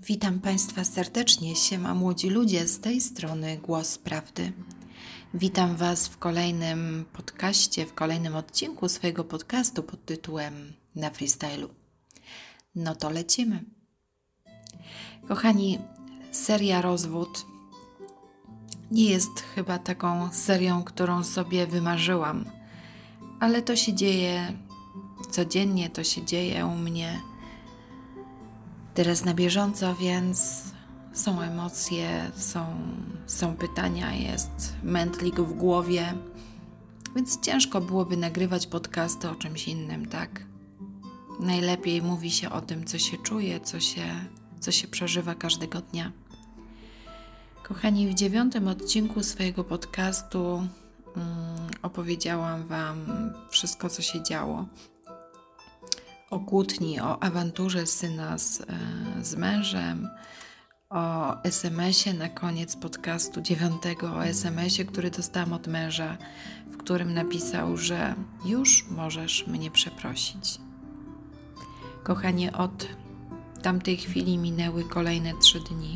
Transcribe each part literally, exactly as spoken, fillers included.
Witam Państwa serdecznie, siema młodzi ludzie, z tej strony Głos Prawdy. Witam Was w kolejnym podcaście, w kolejnym odcinku swojego podcastu pod tytułem Na Freestylu. No to lecimy. Kochani, seria Rozwód nie jest chyba taką serią, którą sobie wymarzyłam, ale to się dzieje codziennie, to się dzieje u mnie teraz na bieżąco, więc są emocje, są, są pytania, jest mętlik w głowie, więc ciężko byłoby nagrywać podcasty o czymś innym, tak? Najlepiej mówi się o tym, co się czuje, co się, co się przeżywa każdego dnia. Kochani, w dziewiątym odcinku swojego podcastu um, opowiedziałam Wam wszystko, co się działo. O kłótni, o awanturze syna z, z mężem, o es em esie na koniec podcastu dziewiątego, o es em esie, który dostałam od męża, w którym napisał, że już możesz mnie przeprosić. Kochani, od tamtej chwili minęły kolejne trzy dni.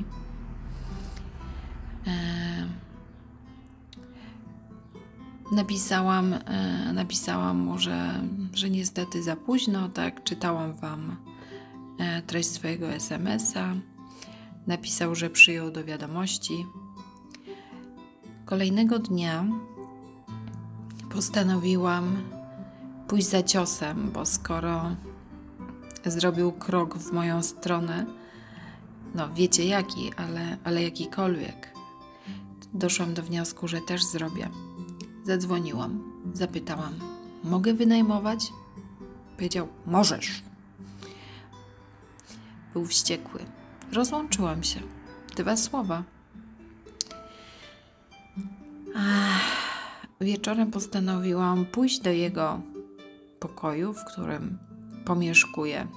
Napisałam, e, napisałam mu, że, że niestety za późno, tak, czytałam Wam e, treść swojego es em esa. Napisał, że przyjął do wiadomości. Kolejnego dnia postanowiłam pójść za ciosem, bo skoro zrobił krok w moją stronę, no wiecie jaki, ale, ale jakikolwiek, doszłam do wniosku, że też zrobię. Zadzwoniłam, zapytałam, mogę wynajmować? Powiedział, możesz. Był wściekły. Rozłączyłam się. Dwa słowa. Ach, wieczorem postanowiłam pójść do jego pokoju, w którym pomieszkuję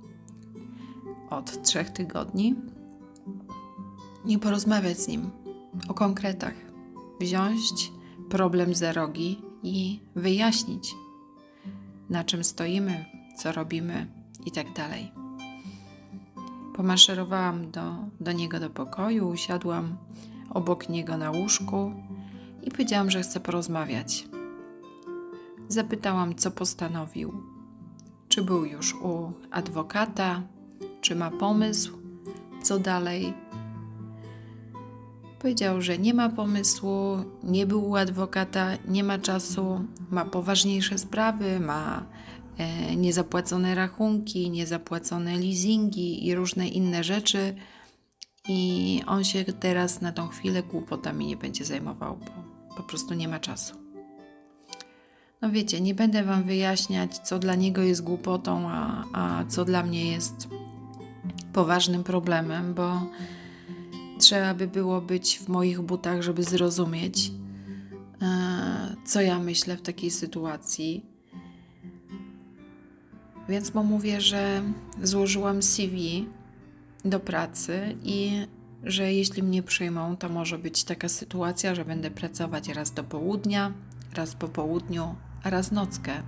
od trzech tygodni i porozmawiać z nim o konkretach. Wziąć problem za rogi i wyjaśnić, na czym stoimy, co robimy i tak dalej. Pomaszerowałam do, do niego do pokoju, usiadłam obok niego na łóżku i powiedziałam, że chcę porozmawiać. Zapytałam, co postanowił, czy był już u adwokata, czy ma pomysł, co dalej. Powiedział, że nie ma pomysłu, nie był u adwokata, nie ma czasu, ma poważniejsze sprawy, ma e, niezapłacone rachunki, niezapłacone leasingi i różne inne rzeczy i on się teraz na tą chwilę głupotami nie będzie zajmował, bo po prostu nie ma czasu. No wiecie, nie będę Wam wyjaśniać, co dla niego jest głupotą, a, a co dla mnie jest poważnym problemem, bo trzeba by było być w moich butach, żeby zrozumieć, co ja myślę w takiej sytuacji. Więc mu mówię, że złożyłam C V do pracy i że jeśli mnie przyjmą, to może być taka sytuacja, że będę pracować raz do południa, raz po południu, a raz nockę.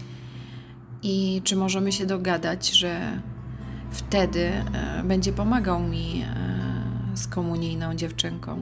I czy możemy się dogadać, że wtedy będzie pomagał mi z komunijną dziewczynką.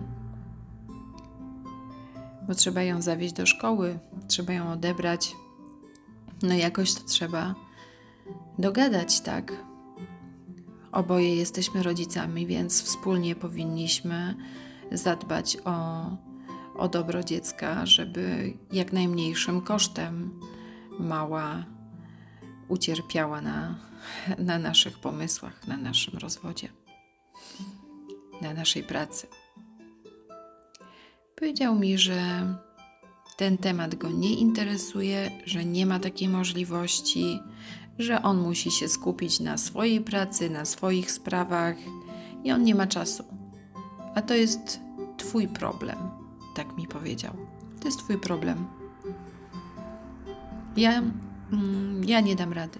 Bo trzeba ją zawieźć do szkoły, trzeba ją odebrać. No jakoś to trzeba dogadać, tak? Oboje jesteśmy rodzicami, więc wspólnie powinniśmy zadbać o, o dobro dziecka, żeby jak najmniejszym kosztem mała ucierpiała na, na naszych pomysłach, na naszym rozwodzie, na naszej pracy. Powiedział mi, że ten temat go nie interesuje, że nie ma takiej możliwości, że on musi się skupić na swojej pracy, na swoich sprawach i on nie ma czasu. A to jest Twój problem, tak mi powiedział. To jest Twój problem. Ja, mm, ja nie dam rady.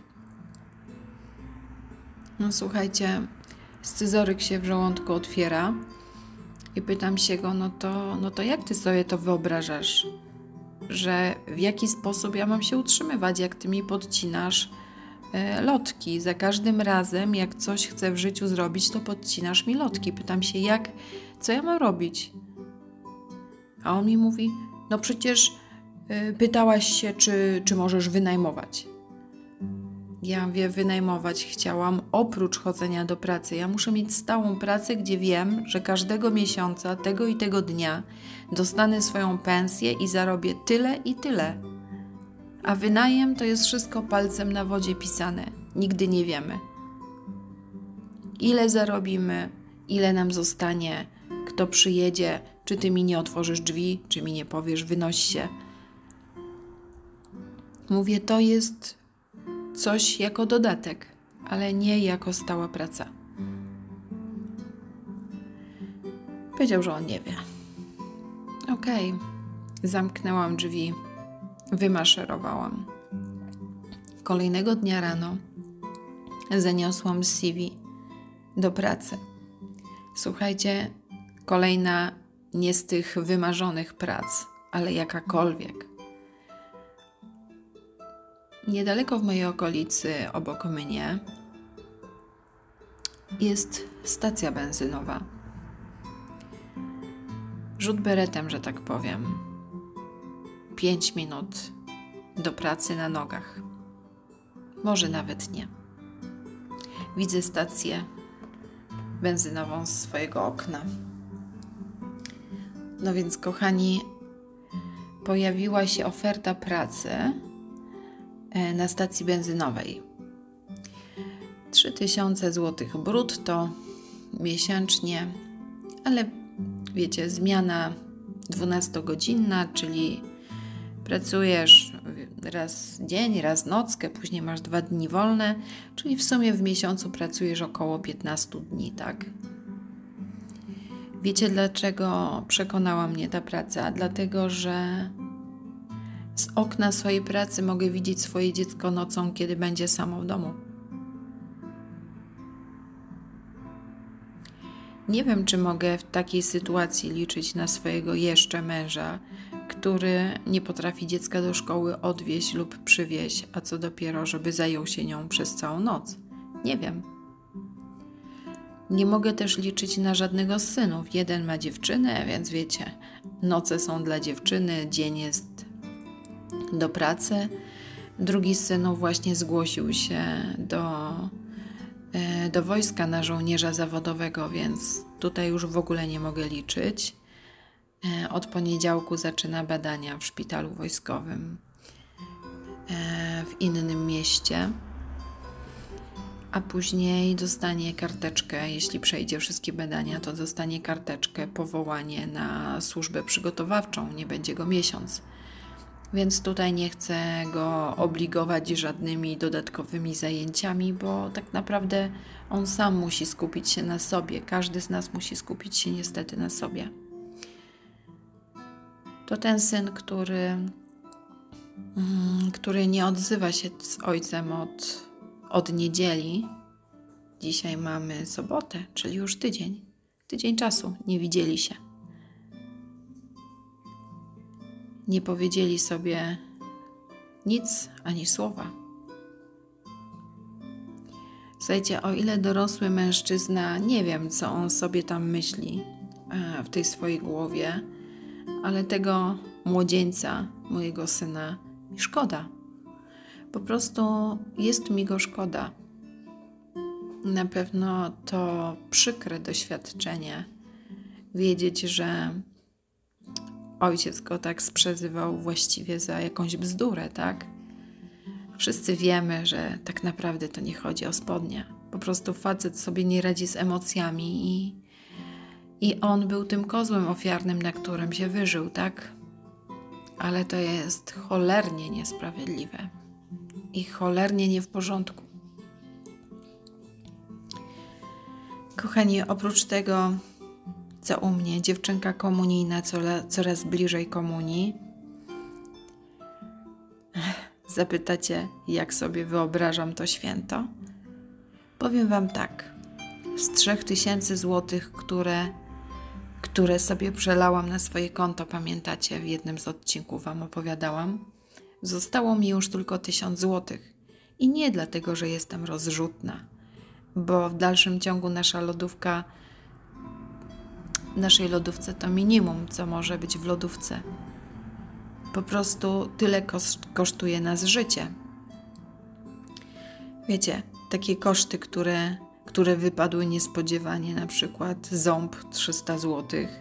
No słuchajcie, scyzoryk się w żołądku otwiera i pytam się go, no to, no to jak ty sobie to wyobrażasz, że w jaki sposób ja mam się utrzymywać, jak ty mi podcinasz e, lotki. Za każdym razem, jak coś chcę w życiu zrobić, to podcinasz mi lotki. Pytam się, jak, co ja mam robić? A on mi mówi, no przecież y, pytałaś się, czy, czy możesz wynajmować. Ja mówię, wynajmować chciałam oprócz chodzenia do pracy. Ja muszę mieć stałą pracę, gdzie wiem, że każdego miesiąca, tego i tego dnia dostanę swoją pensję i zarobię tyle i tyle. A wynajem to jest wszystko palcem na wodzie pisane. Nigdy nie wiemy. Ile zarobimy, ile nam zostanie, kto przyjedzie, czy ty mi nie otworzysz drzwi, czy mi nie powiesz, wynoś się. Mówię, to jest coś jako dodatek, ale nie jako stała praca. Powiedział, że on nie wie. Okej, okay. Zamknęłam drzwi, wymaszerowałam. Kolejnego dnia rano zaniosłam C V do pracy. Słuchajcie, kolejna nie z tych wymarzonych prac, ale jakakolwiek. Niedaleko w mojej okolicy, obok mnie, jest stacja benzynowa. Rzut beretem, że tak powiem. Pięć minut do pracy na nogach. Może nawet nie. Widzę stację benzynową z swojego okna. No więc, kochani, pojawiła się oferta pracy na stacji benzynowej. trzy tysiące złotych brutto miesięcznie, ale wiecie, zmiana dwunastogodzinna, czyli pracujesz raz dzień, raz nockę, później masz dwa dni wolne, czyli w sumie w miesiącu pracujesz około piętnaście dni, tak? Wiecie, dlaczego przekonała mnie ta praca? Dlatego, że z okna swojej pracy mogę widzieć swoje dziecko nocą, kiedy będzie samo w domu. Nie wiem, czy mogę w takiej sytuacji liczyć na swojego jeszcze męża, który nie potrafi dziecka do szkoły odwieźć lub przywieźć, a co dopiero, żeby zajął się nią przez całą noc. Nie wiem. Nie mogę też liczyć na żadnego z synów. Jeden ma dziewczynę, więc wiecie, noce są dla dziewczyny, dzień jest do pracy. Drugi z synów właśnie zgłosił się do, do wojska na żołnierza zawodowego, więc tutaj już w ogóle nie mogę liczyć. Od poniedziałku zaczyna badania w szpitalu wojskowym w innym mieście, a później dostanie karteczkę, jeśli przejdzie wszystkie badania, to dostanie karteczkę, powołanie na służbę przygotowawczą, nie będzie go miesiąc. Więc tutaj nie chcę go obligować żadnymi dodatkowymi zajęciami, bo tak naprawdę on sam musi skupić się na sobie. Każdy z nas musi skupić się niestety na sobie. To ten syn, który, który nie odzywa się z ojcem od, od niedzieli. Dzisiaj mamy sobotę, czyli już tydzień. Tydzień czasu nie widzieli się. Nie powiedzieli sobie nic ani słowa. Słuchajcie, o ile dorosły mężczyzna, nie wiem, co on sobie tam myśli w tej swojej głowie, ale tego młodzieńca, mojego syna, mi szkoda. Po prostu jest mi go szkoda. Na pewno to przykre doświadczenie wiedzieć, że ojciec go tak sprzezywał właściwie za jakąś bzdurę, tak? Wszyscy wiemy, że tak naprawdę to nie chodzi o spodnie. Po prostu facet sobie nie radzi z emocjami i, i on był tym kozłem ofiarnym, na którym się wyżył, tak? Ale to jest cholernie niesprawiedliwe i cholernie nie w porządku. Kochani, oprócz tego, co u mnie, dziewczynka komunijna coraz bliżej komunii. Zapytacie, jak sobie wyobrażam to święto? Powiem wam tak. Z trzech tysięcy złotych, które, które sobie przelałam na swoje konto, pamiętacie, w jednym z odcinków wam opowiadałam, zostało mi już tylko tysiąc złotych. I nie dlatego, że jestem rozrzutna, bo w dalszym ciągu nasza lodówka, w naszej lodówce to minimum, co może być w lodówce. Po prostu tyle koszt, kosztuje nas życie. Wiecie, takie koszty, które, które wypadły niespodziewanie, na przykład ząb trzysta złotych,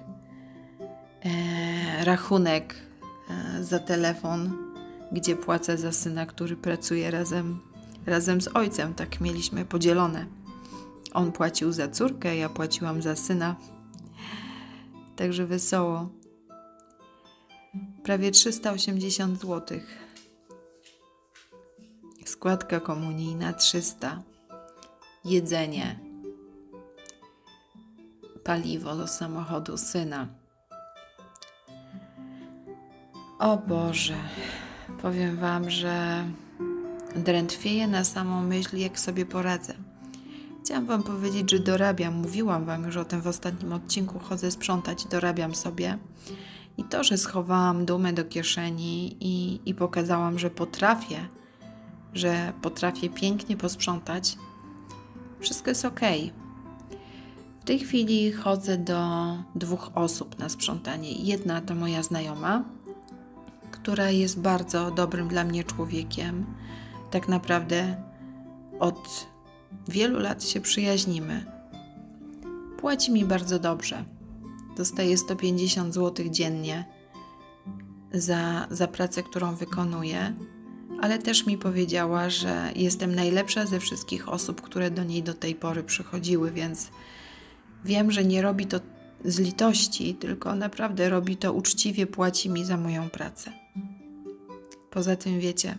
e, rachunek e, za telefon, gdzie płacę za syna, który pracuje razem, razem z ojcem. Tak mieliśmy podzielone. On płacił za córkę, ja płaciłam za syna. Także wesoło. Prawie trzysta osiemdziesiąt złotych. Składka komunijna trzysta. Jedzenie. Paliwo do samochodu syna. O Boże, powiem Wam, że drętwieję na samą myśl, jak sobie poradzę. Chciałam Wam powiedzieć, że dorabiam. Mówiłam Wam już o tym w ostatnim odcinku. Chodzę sprzątać, dorabiam sobie. I to, że schowałam dumę do kieszeni i, i pokazałam, że potrafię, że potrafię pięknie posprzątać, wszystko jest okej. W tej chwili chodzę do dwóch osób na sprzątanie. Jedna to moja znajoma, która jest bardzo dobrym dla mnie człowiekiem. Tak naprawdę od wielu lat się przyjaźnimy. Płaci mi bardzo dobrze. Dostaję sto pięćdziesiąt złotych dziennie za, za pracę, którą wykonuję, ale też mi powiedziała, że jestem najlepsza ze wszystkich osób, które do niej do tej pory przychodziły, więc wiem, że nie robi to z litości, tylko naprawdę robi to uczciwie, płaci mi za moją pracę. Poza tym wiecie,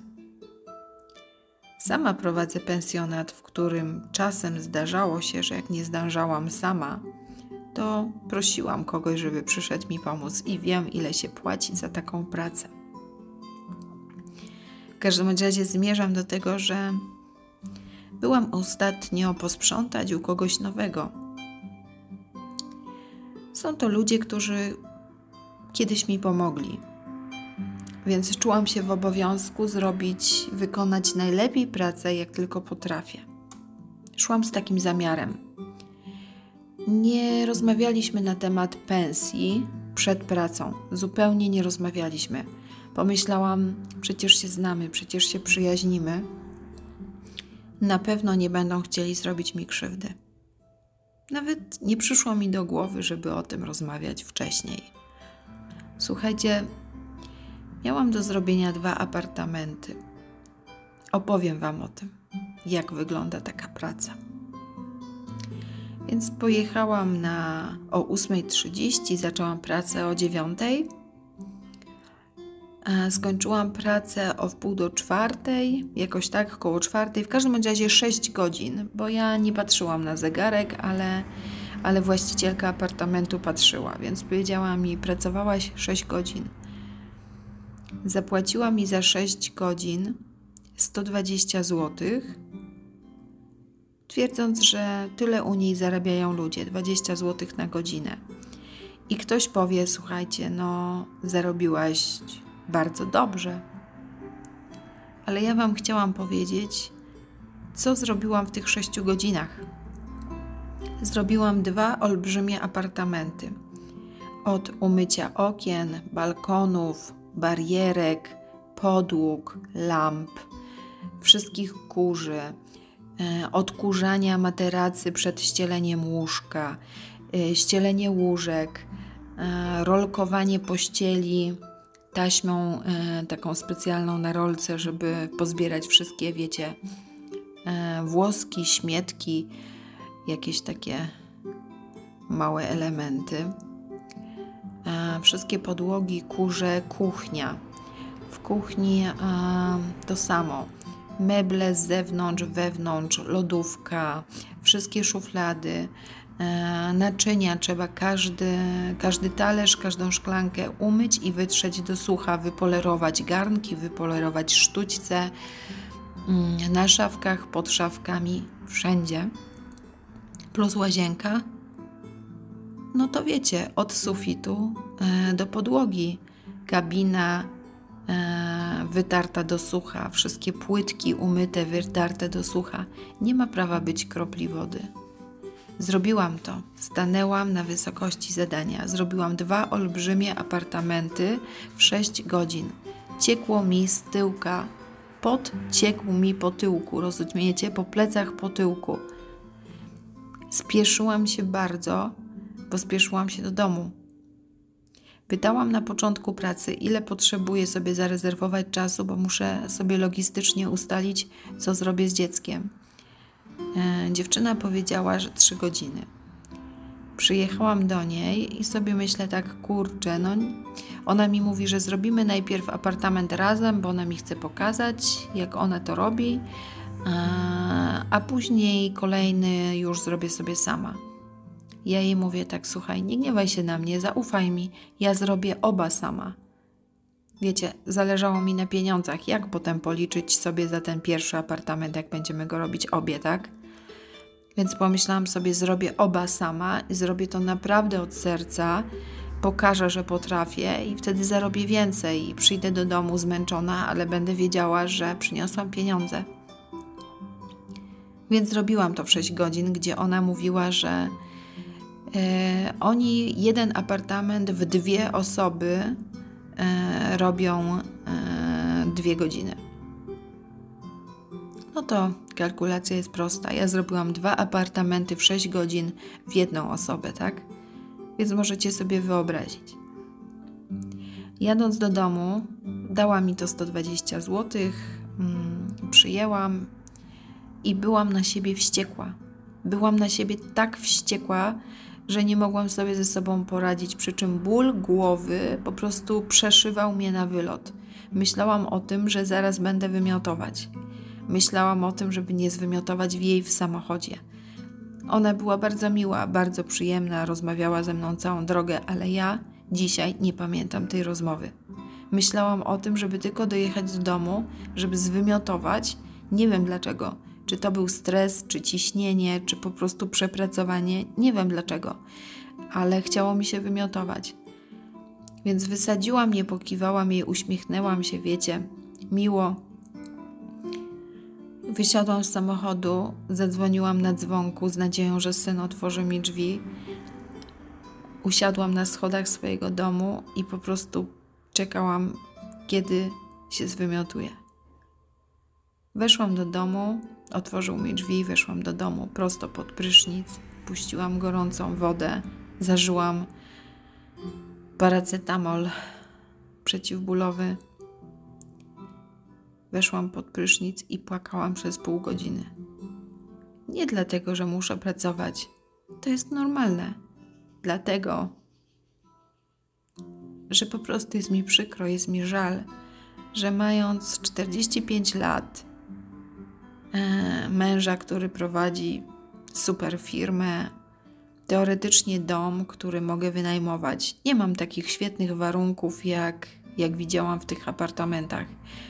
sama prowadzę pensjonat, w którym czasem zdarzało się, że jak nie zdążałam sama, to prosiłam kogoś, żeby przyszedł mi pomóc i wiem, ile się płaci za taką pracę. W każdym razie zmierzam do tego, że byłam ostatnio posprzątać u kogoś nowego. Są to ludzie, którzy kiedyś mi pomogli, więc czułam się w obowiązku zrobić, wykonać najlepiej pracę, jak tylko potrafię. Szłam z takim zamiarem. Nie rozmawialiśmy na temat pensji przed pracą. Zupełnie nie rozmawialiśmy. Pomyślałam, przecież się znamy, przecież się przyjaźnimy. Na pewno nie będą chcieli zrobić mi krzywdy. Nawet nie przyszło mi do głowy, żeby o tym rozmawiać wcześniej. Słuchajcie, miałam do zrobienia dwa apartamenty. Opowiem Wam o tym, jak wygląda taka praca. Więc pojechałam na o ósma trzydzieści, zaczęłam pracę o dziewiątej. Skończyłam pracę o wpół do czwartej, jakoś tak, koło czwartej. W każdym razie sześć godzin, bo ja nie patrzyłam na zegarek, ale, ale właścicielka apartamentu patrzyła, więc powiedziała mi, pracowałaś sześć godzin. Zapłaciła mi za sześć godzin sto dwadzieścia złotych, twierdząc, że tyle u niej zarabiają ludzie, dwadzieścia złotych na godzinę. I ktoś powie, słuchajcie, no zarobiłaś bardzo dobrze. Ale ja Wam chciałam powiedzieć, co zrobiłam w tych sześciu godzinach. Zrobiłam dwa olbrzymie apartamenty. Od umycia okien, balkonów, barierek, podłóg, lamp, wszystkich kurzy, odkurzania materacy przed ścieleniem łóżka, ścielenie łóżek, rolkowanie pościeli taśmą taką specjalną na rolce, żeby pozbierać wszystkie, wiecie, włoski, śmietki, jakieś takie małe elementy. Wszystkie podłogi, kurze, kuchnia. W kuchni to samo. Meble z zewnątrz, wewnątrz, lodówka, wszystkie szuflady, e, naczynia. Trzeba każdy, każdy talerz, każdą szklankę umyć i wytrzeć do sucha, wypolerować garnki, wypolerować sztućce mm, na szafkach, pod szafkami, wszędzie. Plus łazienka. No to wiecie, od sufitu e, do podłogi. Kabina, e, wytarta do sucha, wszystkie płytki umyte, wytarte do sucha. Nie ma prawa być kropli wody. Zrobiłam to. Stanęłam na wysokości zadania. Zrobiłam dwa olbrzymie apartamenty w sześć godzin. Ciekło mi z tyłka. Pot ciekł mi po tyłku, rozumiecie? Po plecach, po tyłku. Spieszyłam się bardzo, bo spieszyłam się do domu. Pytałam na początku pracy, ile potrzebuję sobie zarezerwować czasu, bo muszę sobie logistycznie ustalić, co zrobię z dzieckiem. E, dziewczyna powiedziała, że trzy godziny. Przyjechałam do niej i sobie myślę tak, kurczę, no ona mi mówi, że zrobimy najpierw apartament razem, bo ona mi chce pokazać, jak ona to robi, a, a później kolejny już zrobię sobie sama. Ja jej mówię tak, słuchaj, nie gniewaj się na mnie, zaufaj mi, ja zrobię oba sama. Wiecie, zależało mi na pieniądzach, jak potem policzyć sobie za ten pierwszy apartament, jak będziemy go robić obie, tak? Więc pomyślałam sobie, zrobię oba sama i zrobię to naprawdę od serca, pokażę, że potrafię i wtedy zarobię więcej i przyjdę do domu zmęczona, ale będę wiedziała, że przyniosłam pieniądze. Więc zrobiłam to w sześć godzin, gdzie ona mówiła, że e, oni jeden apartament w dwie osoby e, robią e, dwie godziny. No to kalkulacja jest prosta. Ja zrobiłam dwa apartamenty w sześć godzin w jedną osobę, tak? Więc możecie sobie wyobrazić. Jadąc do domu, dała mi to sto dwadzieścia złotych, mm, przyjęłam i byłam na siebie wściekła. Byłam na siebie tak wściekła, że nie mogłam sobie ze sobą poradzić, przy czym ból głowy po prostu przeszywał mnie na wylot. Myślałam o tym, że zaraz będę wymiotować. Myślałam o tym, żeby nie zwymiotować w jej w samochodzie. Ona była bardzo miła, bardzo przyjemna, rozmawiała ze mną całą drogę, ale ja dzisiaj nie pamiętam tej rozmowy. Myślałam o tym, żeby tylko dojechać do domu, żeby zwymiotować. Nie wiem dlaczego. Czy to był stres, czy ciśnienie, czy po prostu przepracowanie. Nie wiem dlaczego, ale chciało mi się wymiotować. Więc wysadziłam je, pokiwałam jej, uśmiechnęłam się, wiecie, miło. Wysiadłam z samochodu, zadzwoniłam na dzwonku z nadzieją, że syn otworzy mi drzwi. Usiadłam na schodach swojego domu i po prostu czekałam, kiedy się zwymiotuje. Weszłam do domu, otworzył mi drzwi, weszłam do domu prosto pod prysznic, puściłam gorącą wodę, zażyłam paracetamol przeciwbólowy. Weszłam pod prysznic i płakałam przez pół godziny. Nie dlatego, że muszę pracować. To jest normalne. Dlatego, że po prostu jest mi przykro, jest mi żal, że mając czterdzieści pięć lat, e, męża, który prowadzi super firmę, teoretycznie dom, który mogę wynajmować, nie mam takich świetnych warunków, jak, jak widziałam w tych apartamentach.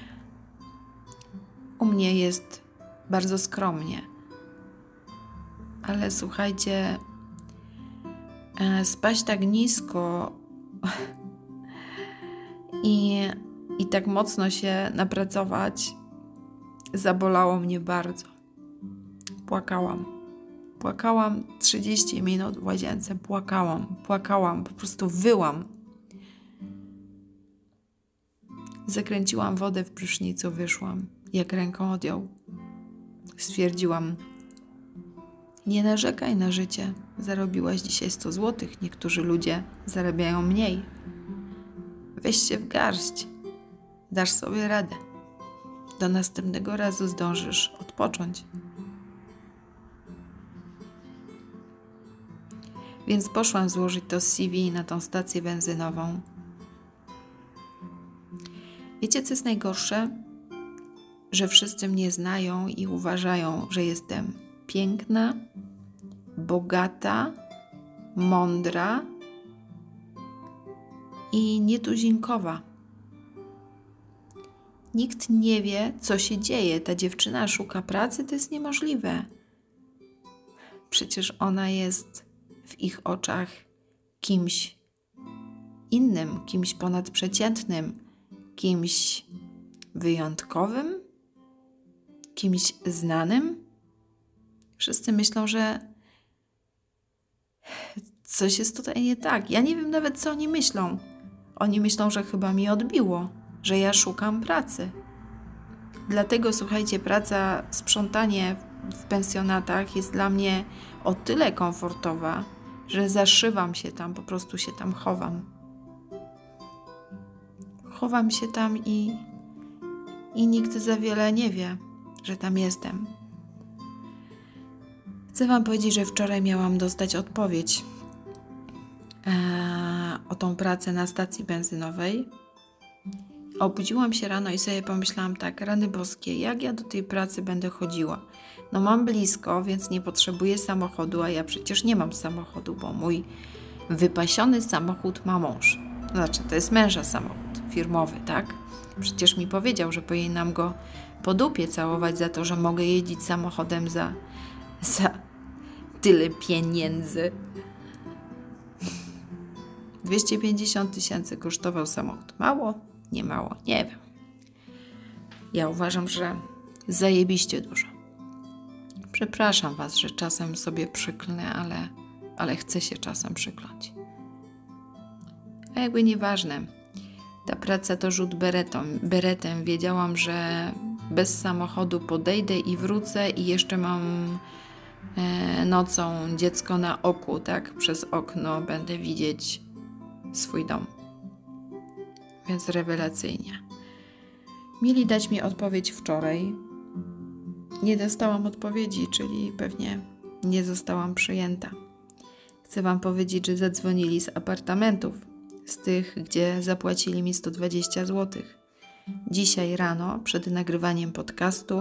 U mnie jest bardzo skromnie. Ale słuchajcie, e, spaść tak nisko i, i tak mocno się napracować zabolało mnie bardzo. Płakałam. Płakałam trzydzieści minut w łazience. Płakałam, płakałam, po prostu wyłam. Zakręciłam wodę w prysznicu, wyszłam. Jak ręką odjął. Stwierdziłam, nie narzekaj na życie. Zarobiłaś dzisiaj sto złotych. Niektórzy ludzie zarabiają mniej. Weź się w garść. Dasz sobie radę. Do następnego razu zdążysz odpocząć. Więc poszłam złożyć to C V na tą stację benzynową. Wiecie, co jest najgorsze? Że wszyscy mnie znają i uważają, że jestem piękna, bogata, mądra i nietuzinkowa. Nikt nie wie, co się dzieje. Ta dziewczyna szuka pracy, to jest niemożliwe. Przecież ona jest w ich oczach kimś innym, kimś ponadprzeciętnym, kimś wyjątkowym, kimś znanym. Wszyscy myślą, że coś jest tutaj nie tak. Ja nie wiem nawet, co oni myślą. Oni myślą, że chyba mi odbiło, że ja szukam pracy. Dlatego, słuchajcie, praca, sprzątanie w pensjonatach jest dla mnie o tyle komfortowa, że zaszywam się tam, po prostu się tam chowam. Chowam się tam i, i nikt za wiele nie wie, że tam jestem. Chcę wam powiedzieć, że wczoraj miałam dostać odpowiedź ee, o tą pracę na stacji benzynowej. Obudziłam się rano i sobie pomyślałam tak, rany boskie, jak ja do tej pracy będę chodziła? No mam blisko, więc nie potrzebuję samochodu, a ja przecież nie mam samochodu, bo mój wypasiony samochód ma mąż. Znaczy, to jest męża samochód firmowy, tak? Przecież mi powiedział, że powinnam go po dupie całować za to, że mogę jeździć samochodem za, za tyle pieniędzy. dwieście pięćdziesiąt tysięcy kosztował samochód. Mało? Nie mało, nie wiem. Ja uważam, że zajebiście dużo. Przepraszam was, że czasem sobie przyklnę, ale, ale chcę się czasem przykląć. A jakby nieważne. Ta praca to rzut beretą, beretem. Wiedziałam, że bez samochodu podejdę i wrócę i jeszcze mam e, nocą dziecko na oku, tak? Przez okno będę widzieć swój dom. Więc rewelacyjnie. Mieli dać mi odpowiedź wczoraj. Nie dostałam odpowiedzi, czyli pewnie nie zostałam przyjęta. Chcę wam powiedzieć, że zadzwonili z apartamentów, z tych, gdzie zapłacili mi sto dwadzieścia złotych. Dzisiaj rano, przed nagrywaniem podcastu,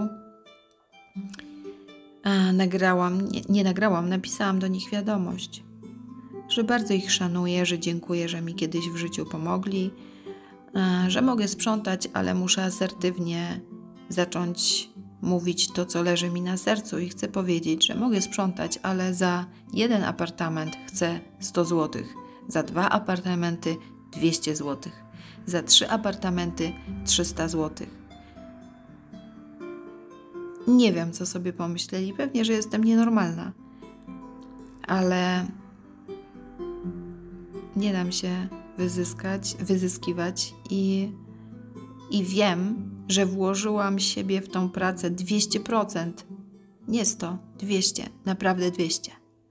a, nagrałam, nie, nie nagrałam, napisałam do nich wiadomość, że bardzo ich szanuję, że dziękuję, że mi kiedyś w życiu pomogli, że mogę sprzątać, ale muszę asertywnie zacząć mówić to, co leży mi na sercu i chcę powiedzieć, że mogę sprzątać, ale za jeden apartament chcę sto złotych, za dwa apartamenty dwieście złotych, za trzy apartamenty trzysta złotych. Nie wiem, co sobie pomyśleli, pewnie, że jestem nienormalna, ale nie dam się wyzyskać, wyzyskiwać i, i wiem, że włożyłam siebie w tą pracę dwieście procent. Nie sto, dwieście, naprawdę dwieście.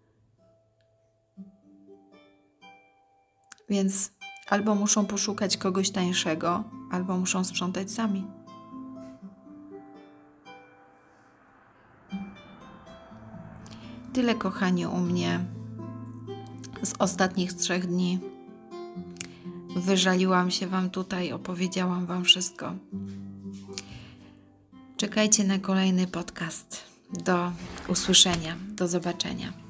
Więc albo muszą poszukać kogoś tańszego, albo muszą sprzątać sami. Tyle, kochani, u mnie z ostatnich trzech dni. Wyżaliłam się wam tutaj, opowiedziałam wam wszystko. Czekajcie na kolejny podcast. Do usłyszenia, do zobaczenia.